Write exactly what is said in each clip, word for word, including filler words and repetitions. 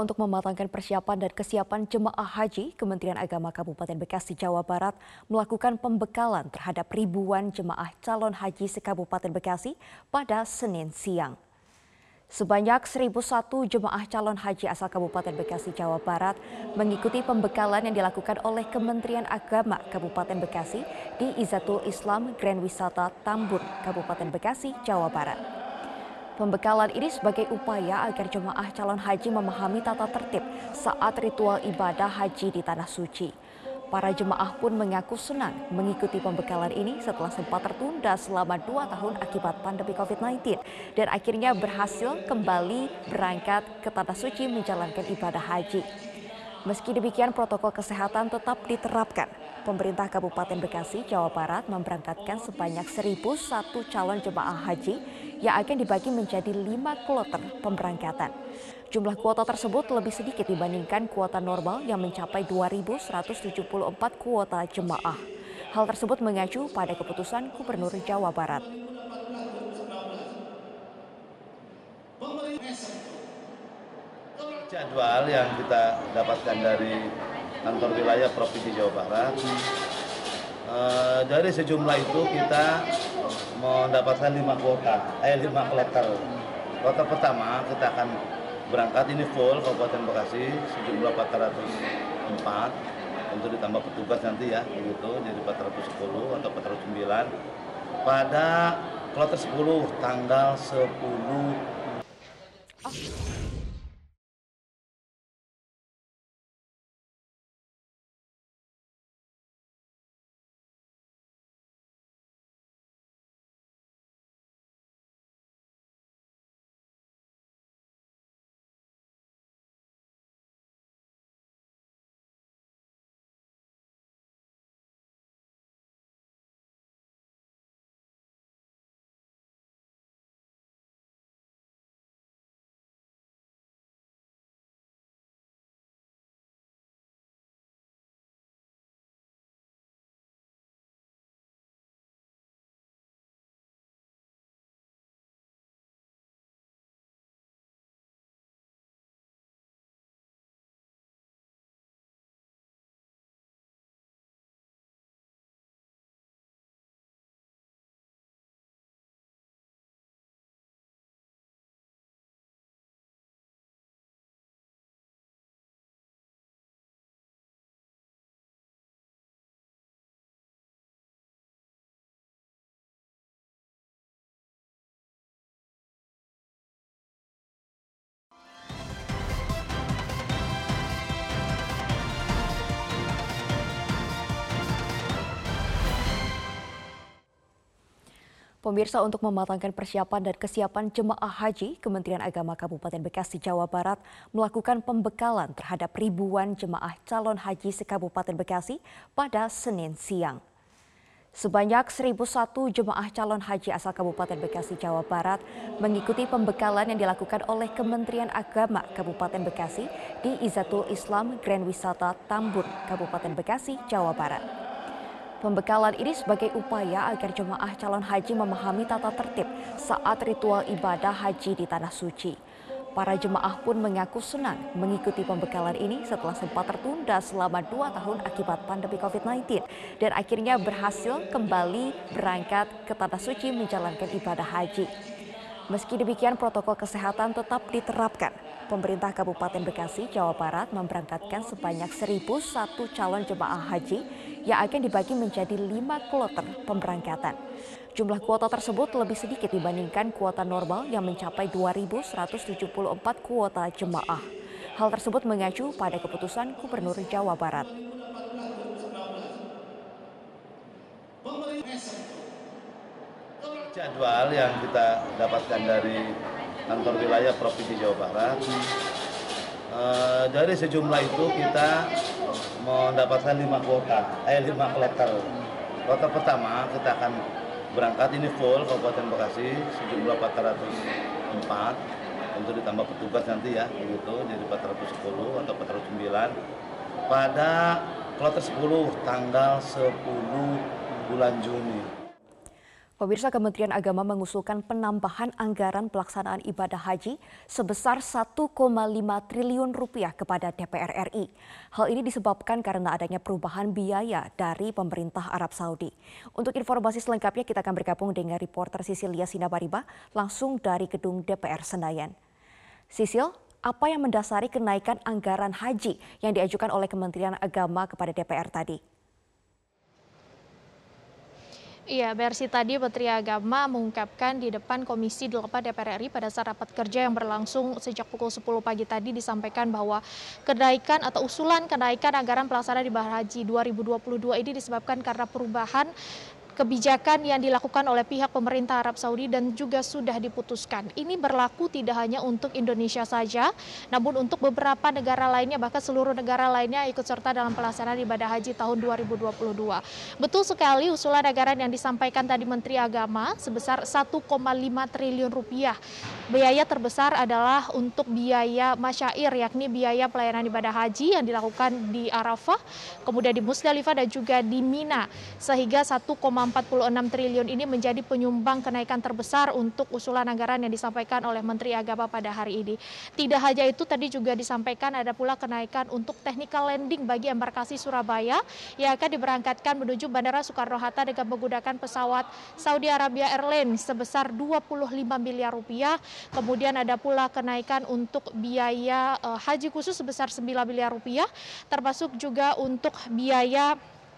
untuk mematangkan persiapan dan kesiapan jemaah haji, Kementerian Agama Kabupaten Bekasi, Jawa Barat melakukan pembekalan terhadap ribuan jemaah calon haji se-Kabupaten Bekasi pada Senin siang. Sebanyak seribu satu jemaah calon haji asal Kabupaten Bekasi, Jawa Barat mengikuti pembekalan yang dilakukan oleh Kementerian Agama Kabupaten Bekasi di Izatul Islam Grand Wisata Tambun, Kabupaten Bekasi, Jawa Barat. Pembekalan ini sebagai upaya agar jemaah calon haji memahami tata tertib saat ritual ibadah haji di Tanah Suci. Para jemaah pun mengaku senang mengikuti pembekalan ini setelah sempat tertunda selama dua tahun akibat pandemi covid sembilan belas dan akhirnya berhasil kembali berangkat ke Tanah Suci menjalankan ibadah haji. Meski demikian, protokol kesehatan tetap diterapkan. Pemerintah Kabupaten Bekasi, Jawa Barat memberangkatkan sebanyak seribu satu calon jemaah haji yang akan dibagi menjadi lima kloter pemberangkatan. Jumlah kuota tersebut lebih sedikit dibandingkan kuota normal yang mencapai dua ribu seratus tujuh puluh empat kuota jemaah. Hal tersebut mengacu pada keputusan Gubernur Jawa Barat. Jadwal yang kita dapatkan dari kantor wilayah Provinsi Jawa Barat, eh, dari sejumlah itu kita mendapatkan lima kuota, eh lima kloter. Kloter pertama kita akan berangkat ini full Kabupaten Bekasi sejumlah empat ratus empat, tentu ditambah petugas nanti ya, begitu jadi empat ratus sepuluh atau empat ratus sembilan pada kloter sepuluh tanggal sepuluh. Oh. Pemirsa, untuk mematangkan persiapan dan kesiapan jemaah haji, Kementerian Agama Kabupaten Bekasi, Jawa Barat melakukan pembekalan terhadap ribuan jemaah calon haji se-Kabupaten Bekasi pada Senin siang. Sebanyak seribu satu jemaah calon haji asal Kabupaten Bekasi, Jawa Barat mengikuti pembekalan yang dilakukan oleh Kementerian Agama Kabupaten Bekasi di Izatul Islam Grand Wisata Tambun, Kabupaten Bekasi, Jawa Barat. Pembekalan ini sebagai upaya agar jemaah calon haji memahami tata tertib saat ritual ibadah haji di Tanah Suci. Para jemaah pun mengaku senang mengikuti pembekalan ini setelah sempat tertunda selama dua tahun akibat pandemi covid sembilan belas dan akhirnya berhasil kembali berangkat ke Tanah Suci menjalankan ibadah haji. Meski demikian, protokol kesehatan tetap diterapkan. Pemerintah Kabupaten Bekasi, Jawa Barat memberangkatkan sebanyak seribu satu calon jemaah haji yang akan dibagi menjadi lima kloter pemberangkatan. Jumlah kuota tersebut lebih sedikit dibandingkan kuota normal yang mencapai dua ribu seratus tujuh puluh empat kuota jemaah. Hal tersebut mengacu pada keputusan Gubernur Jawa Barat. Jadwal yang kita dapatkan dari kantor wilayah Provinsi Jawa Barat, eh, dari sejumlah itu kita mendapatkan lima kuota, eh lima kloter. Kloter pertama kita akan berangkat ini full Kabupaten Bekasi sejumlah empat ratus empat, tentu ditambah petugas nanti ya, begitu jadi empat ratus sepuluh atau empat ratus sembilan pada kloter sepuluh tanggal sepuluh bulan Juni. Pemirsa, Kementerian Agama mengusulkan penambahan anggaran pelaksanaan ibadah haji sebesar satu koma lima triliun rupiah kepada D P R R I. Hal ini disebabkan karena adanya perubahan biaya dari pemerintah Arab Saudi. Untuk informasi selengkapnya kita akan bergabung dengan reporter Sisilia Sinabariba langsung dari gedung D P R Senayan. Sisil, apa yang mendasari kenaikan anggaran haji yang diajukan oleh Kementerian Agama kepada D P R tadi? Iya, versi tadi Menteri Agama mengungkapkan di depan Komisi delapan D P R R I pada saat rapat kerja yang berlangsung sejak pukul sepuluh pagi tadi disampaikan bahwa kenaikan atau usulan kenaikan anggaran pelaksanaan ibadah haji dua ribu dua puluh dua ini disebabkan karena perubahan kebijakan yang dilakukan oleh pihak pemerintah Arab Saudi dan juga sudah diputuskan. Ini berlaku tidak hanya untuk Indonesia saja, namun untuk beberapa negara lainnya, bahkan seluruh negara lainnya ikut serta dalam pelaksanaan ibadah haji tahun dua ribu dua puluh dua. Betul sekali usulan anggaran yang disampaikan tadi Menteri Agama sebesar satu koma lima triliun rupiah. Biaya terbesar adalah untuk biaya masyair, yakni biaya pelayanan ibadah haji yang dilakukan di Arafah, kemudian di Musdalifah dan juga di Mina, sehingga satu koma empat puluh enam triliun ini menjadi penyumbang kenaikan terbesar untuk usulan anggaran yang disampaikan oleh Menteri Agama pada hari ini. Tidak hanya itu, tadi juga disampaikan ada pula kenaikan untuk technical landing bagi embarkasi Surabaya yang akan diberangkatkan menuju Bandara Soekarno-Hatta dengan menggunakan pesawat Saudi Arabia Airlines sebesar dua puluh lima miliar rupiah. Kemudian ada pula kenaikan untuk biaya uh, haji khusus sebesar sembilan miliar rupiah, termasuk juga untuk biaya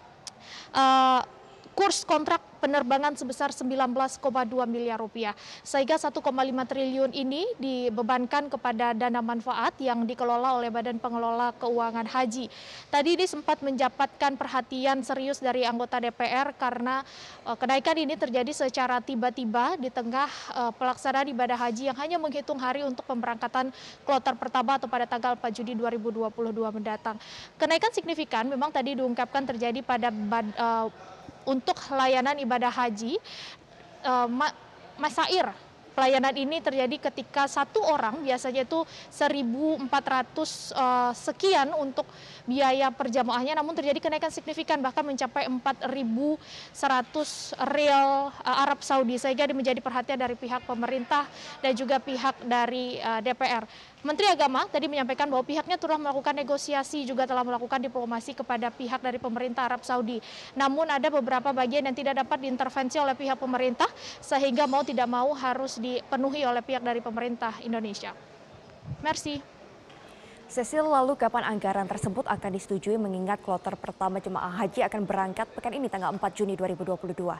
uh, kurs kontrak penerbangan sebesar sembilan belas koma dua miliar rupiah. Sehingga satu koma lima triliun ini dibebankan kepada dana manfaat yang dikelola oleh Badan Pengelola Keuangan Haji. Tadi ini sempat mendapatkan perhatian serius dari anggota D P R karena uh, kenaikan ini terjadi secara tiba-tiba di tengah uh, pelaksanaan ibadah haji yang hanya menghitung hari untuk pemberangkatan kloter pertama atau pada tanggal empat Juni dua ribu dua puluh dua mendatang. Kenaikan signifikan memang tadi diungkapkan terjadi pada uh, untuk layanan ibadah haji, uh, masyair. Pelayanan ini terjadi ketika satu orang biasanya itu seribu empat ratus uh, sekian untuk biaya perjamaahnya, namun terjadi kenaikan signifikan bahkan mencapai empat ribu seratus rial uh, Arab Saudi, sehingga menjadi perhatian dari pihak pemerintah dan juga pihak dari uh, D P R. Menteri Agama tadi menyampaikan bahwa pihaknya telah melakukan negosiasi, juga telah melakukan diplomasi kepada pihak dari pemerintah Arab Saudi. Namun ada beberapa bagian yang tidak dapat diintervensi oleh pihak pemerintah, sehingga mau tidak mau harus dipenuhi oleh pihak dari pemerintah Indonesia. Merci. Cecil, lalu kapan anggaran tersebut akan disetujui mengingat kloter pertama jemaah haji akan berangkat pekan ini tanggal empat Juni dua ribu dua puluh dua?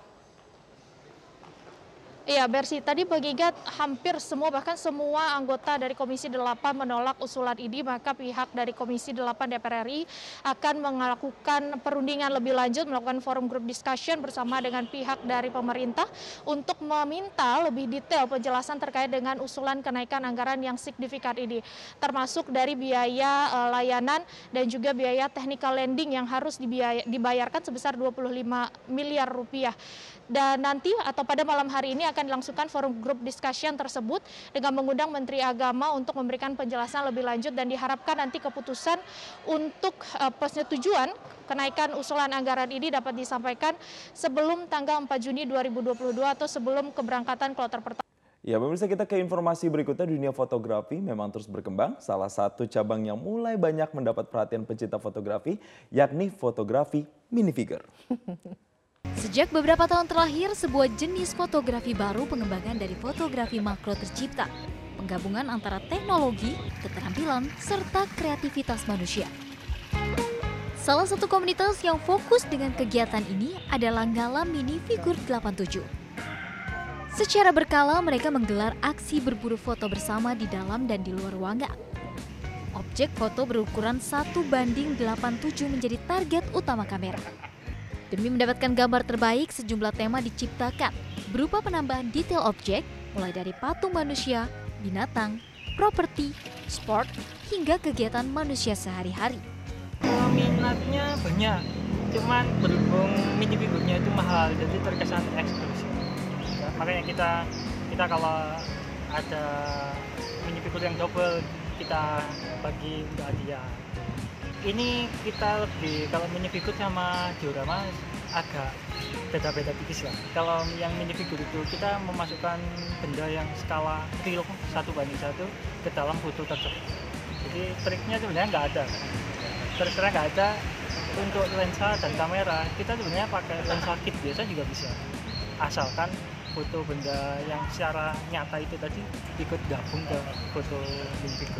Iya, Bersi, tadi mengingat hampir semua, bahkan semua anggota dari Komisi delapan menolak usulan ini, maka pihak dari Komisi delapan D P R R I akan melakukan perundingan lebih lanjut, melakukan forum group discussion bersama dengan pihak dari pemerintah untuk meminta lebih detail penjelasan terkait dengan usulan kenaikan anggaran yang signifikan ini, termasuk dari biaya uh, layanan dan juga biaya technical landing yang harus dibayarkan sebesar dua puluh lima miliar rupiah. Dan nanti atau pada malam hari ini akan dilangsungkan forum group discussion tersebut dengan mengundang Menteri Agama untuk memberikan penjelasan lebih lanjut, dan diharapkan nanti keputusan untuk uh, persetujuan kenaikan usulan anggaran ini dapat disampaikan sebelum tanggal empat Juni dua ribu dua puluh dua atau sebelum keberangkatan kloter pertama. Ya, pemirsa, kita ke informasi berikutnya. Dunia fotografi memang terus berkembang. Salah satu cabang yang mulai banyak mendapat perhatian pecinta fotografi yakni fotografi minifigure. Sejak beberapa tahun terakhir, sebuah jenis fotografi baru pengembangan dari fotografi makro tercipta. Penggabungan antara teknologi, keterampilan, serta kreativitas manusia. Salah satu komunitas yang fokus dengan kegiatan ini adalah Ngala Minifigur delapan puluh tujuh. Secara berkala mereka menggelar aksi berburu foto bersama di dalam dan di luar ruangan. Objek foto berukuran satu banding delapan puluh tujuh menjadi target utama kamera. Demi mendapatkan gambar terbaik, sejumlah tema diciptakan berupa penambahan detail objek, mulai dari patung manusia, binatang, properti, sport, hingga kegiatan manusia sehari-hari. Minatnya banyak, cuman berhubung minifigurnya itu mahal, jadi terkesan eksklusif. Ya, makanya kita kita kalau ada minifigur yang double, kita bagi untuk hadiah. Ini kita lebih, kalau minifigur sama diorama agak beda-beda tipis lah. Kalau yang minifigure itu kita memasukkan benda yang skala real satu banding satu ke dalam foto tersebut. Jadi triknya sebenarnya nggak ada. Terus terang nggak ada. Untuk lensa dan kamera kita sebenarnya pakai lensa kit biasa juga bisa, asalkan foto benda yang secara nyata itu tadi ikut gabung ke foto minifigure.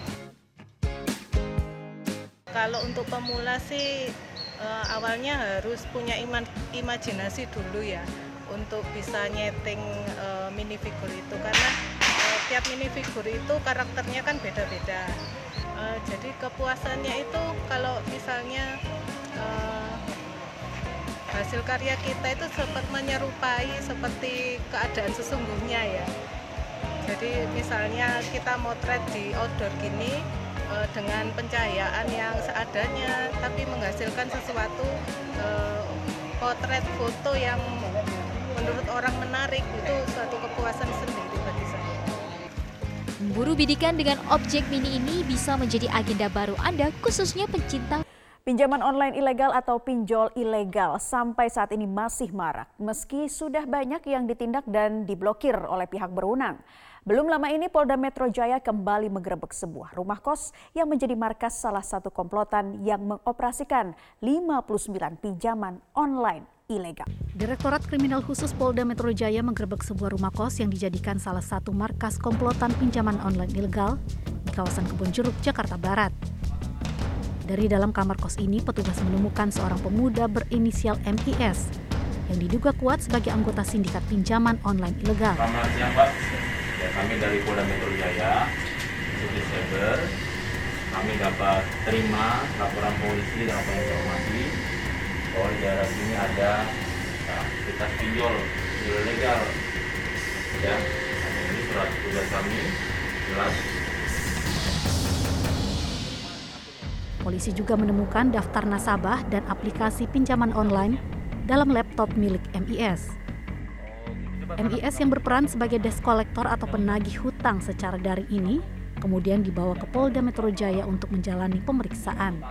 Kalau untuk pemula sih eh, awalnya harus punya ima- imajinasi dulu ya untuk bisa nyeting eh, minifigure itu, karena eh, tiap minifigure itu karakternya kan beda-beda. Uh, jadi kepuasannya itu kalau misalnya uh, hasil karya kita itu sempat menyerupai seperti keadaan sesungguhnya ya. Jadi misalnya kita motret di outdoor gini uh, dengan pencahayaan yang seadanya, tapi menghasilkan sesuatu uh, potret foto yang menurut orang menarik, itu suatu kepuasan sendiri bagi saya. Memburu bidikan dengan objek mini ini bisa menjadi agenda baru Anda, khususnya pencinta. Pinjaman online ilegal atau pinjol ilegal sampai saat ini masih marak, meski sudah banyak yang ditindak dan diblokir oleh pihak berwenang. Belum lama ini Polda Metro Jaya kembali menggerebek sebuah rumah kos yang menjadi markas salah satu komplotan yang mengoperasikan lima puluh sembilan pinjaman online ilegal. Direktorat Kriminal Khusus Polda Metro Jaya menggerebek sebuah rumah kos yang dijadikan salah satu markas komplotan pinjaman online ilegal di kawasan Kebon Jeruk, Jakarta Barat. Dari dalam kamar kos ini, petugas menemukan seorang pemuda berinisial M I S yang diduga kuat sebagai anggota sindikat pinjaman online ilegal. Selamat siang, Pak. Ya, kami dari Polda Metro Jaya, Subdit Cyber, kami dapat terima laporan polisi dan laporan informasi bahwa di daerah sini ada aktivitas pinjol ilegal. Ya, ini surat tugas kami jelas. Polisi juga menemukan daftar nasabah dan aplikasi pinjaman online dalam laptop milik M I S. M I S yang berperan sebagai desk kolektor atau penagih hutang secara daring ini kemudian dibawa ke Polda Metro Jaya untuk menjalani pemeriksaan.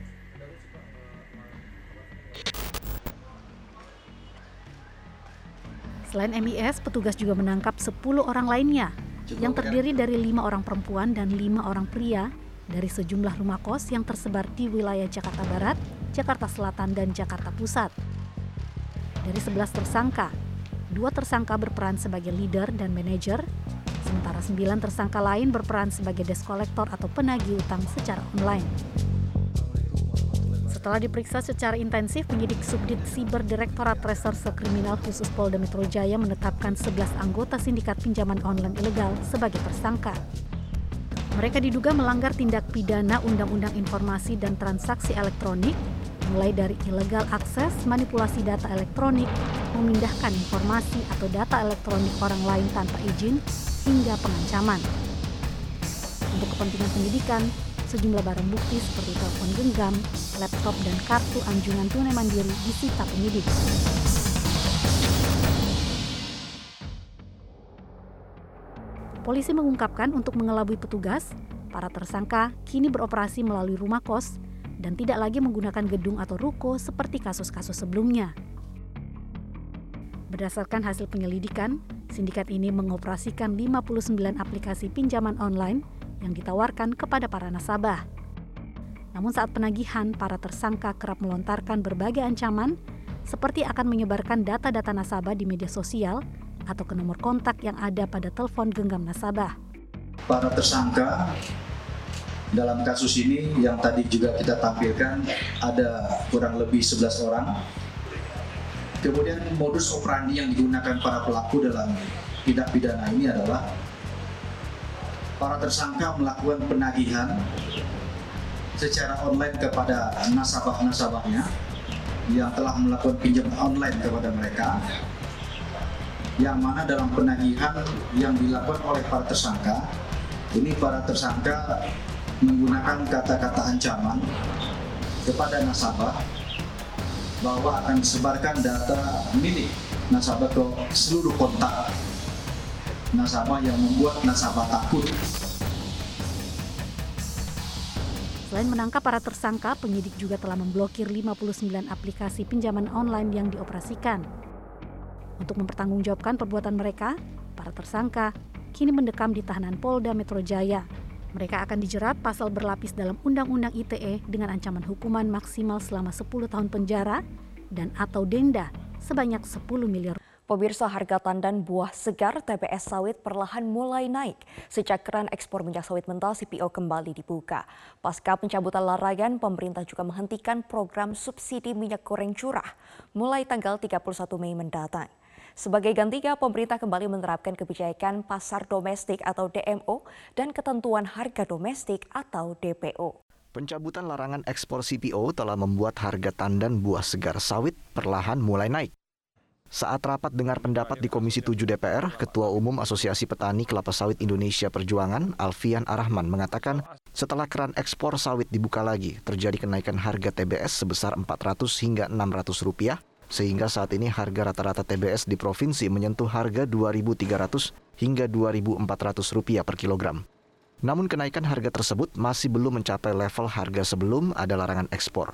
Selain M I S, petugas juga menangkap sepuluh orang lainnya yang terdiri dari lima orang perempuan dan lima orang pria dari sejumlah rumah kos yang tersebar di wilayah Jakarta Barat, Jakarta Selatan, dan Jakarta Pusat. Dari sebelas tersangka, dua tersangka berperan sebagai leader dan manajer, sementara sembilan tersangka lain berperan sebagai desk kolektor atau penagih utang secara online. Setelah diperiksa secara intensif, penyidik Subdit Siber Direktorat Reserse Kriminal Khusus Polda Metro Jaya menetapkan sebelas anggota sindikat pinjaman online ilegal sebagai tersangka. Mereka diduga melanggar tindak pidana Undang-Undang Informasi dan Transaksi Elektronik, mulai dari ilegal akses, manipulasi data elektronik, memindahkan informasi atau data elektronik orang lain tanpa izin, hingga pengancaman. Untuk kepentingan penyidikan, sejumlah barang bukti seperti telepon genggam, laptop, dan kartu anjungan tunai mandiri disita penyidik. Polisi mengungkapkan untuk mengelabui petugas, para tersangka kini beroperasi melalui rumah kos dan tidak lagi menggunakan gedung atau ruko seperti kasus-kasus sebelumnya. Berdasarkan hasil penyelidikan, sindikat ini mengoperasikan lima puluh sembilan aplikasi pinjaman online yang ditawarkan kepada para nasabah. Namun saat penagihan, para tersangka kerap melontarkan berbagai ancaman seperti akan menyebarkan data-data nasabah di media sosial atau ke nomor kontak yang ada pada telepon genggam nasabah. Para tersangka dalam kasus ini yang tadi juga kita tampilkan ada kurang lebih sebelas orang. Kemudian modus operandi yang digunakan para pelaku dalam tindak pidana ini adalah para tersangka melakukan penagihan secara online kepada nasabah-nasabahnya yang telah melakukan pinjaman online kepada mereka, yang mana dalam penagihan yang dilakukan oleh para tersangka, ini para tersangka menggunakan kata-kata ancaman kepada nasabah bahwa akan disebarkan data milik nasabah ke seluruh kontak nasabah yang membuat nasabah takut. Selain menangkap para tersangka, penyidik juga telah memblokir lima puluh sembilan aplikasi pinjaman online yang dioperasikan. Untuk mempertanggungjawabkan perbuatan mereka, para tersangka kini mendekam di tahanan Polda Metro Jaya. Mereka akan dijerat pasal berlapis dalam Undang-Undang I T E dengan ancaman hukuman maksimal selama sepuluh tahun penjara dan atau denda sebanyak sepuluh miliar. Pemirsa, harga tandan buah segar T B S sawit perlahan mulai naik sejak keran ekspor minyak sawit mentah C P O kembali dibuka. Pasca pencabutan larangan, pemerintah juga menghentikan program subsidi minyak goreng curah mulai tanggal tiga puluh satu Mei mendatang. Sebagai gantinya, pemerintah kembali menerapkan kebijakan pasar domestik atau D M O dan ketentuan harga domestik atau D P O. Pencabutan larangan ekspor C P O telah membuat harga tandan buah segar sawit perlahan mulai naik. Saat rapat dengar pendapat di Komisi tujuh D P R, Ketua Umum Asosiasi Petani Kelapa Sawit Indonesia Perjuangan, Alfian Arahman, mengatakan setelah keran ekspor sawit dibuka lagi, terjadi kenaikan harga T B S sebesar empat ratus hingga enam ratus rupiah, sehingga saat ini harga rata-rata T B S di provinsi menyentuh harga dua ribu tiga ratus hingga dua ribu empat ratus rupiah per kilogram. Namun kenaikan harga tersebut masih belum mencapai level harga sebelum ada larangan ekspor.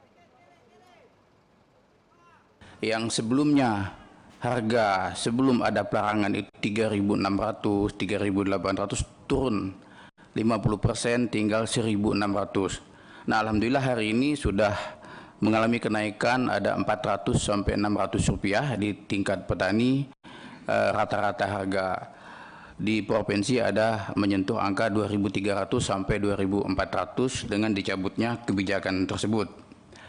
Yang sebelumnya harga sebelum ada pelarangan itu tiga ribu enam ratus, tiga ribu delapan ratus turun lima puluh persen tinggal seribu enam ratus. Nah, alhamdulillah hari ini sudah mengalami kenaikan ada empat ratus sampai enam ratus rupiah di tingkat petani. Rata-rata harga di provinsi ada menyentuh angka dua ribu tiga ratus sampai dua ribu empat ratus dengan dicabutnya kebijakan tersebut.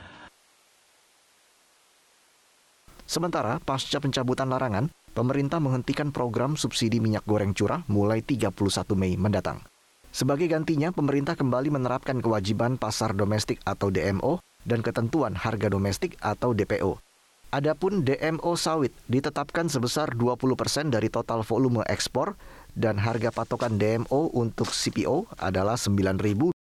Sementara pasca pencabutan larangan, pemerintah menghentikan program subsidi minyak goreng curah mulai tiga puluh satu Mei mendatang. Sebagai gantinya, pemerintah kembali menerapkan kewajiban pasar domestik atau D M O dan ketentuan harga domestik atau D P O. Adapun D M O sawit ditetapkan sebesar dua puluh persen dari total volume ekspor dan harga patokan D M O untuk C P O adalah sembilan ribu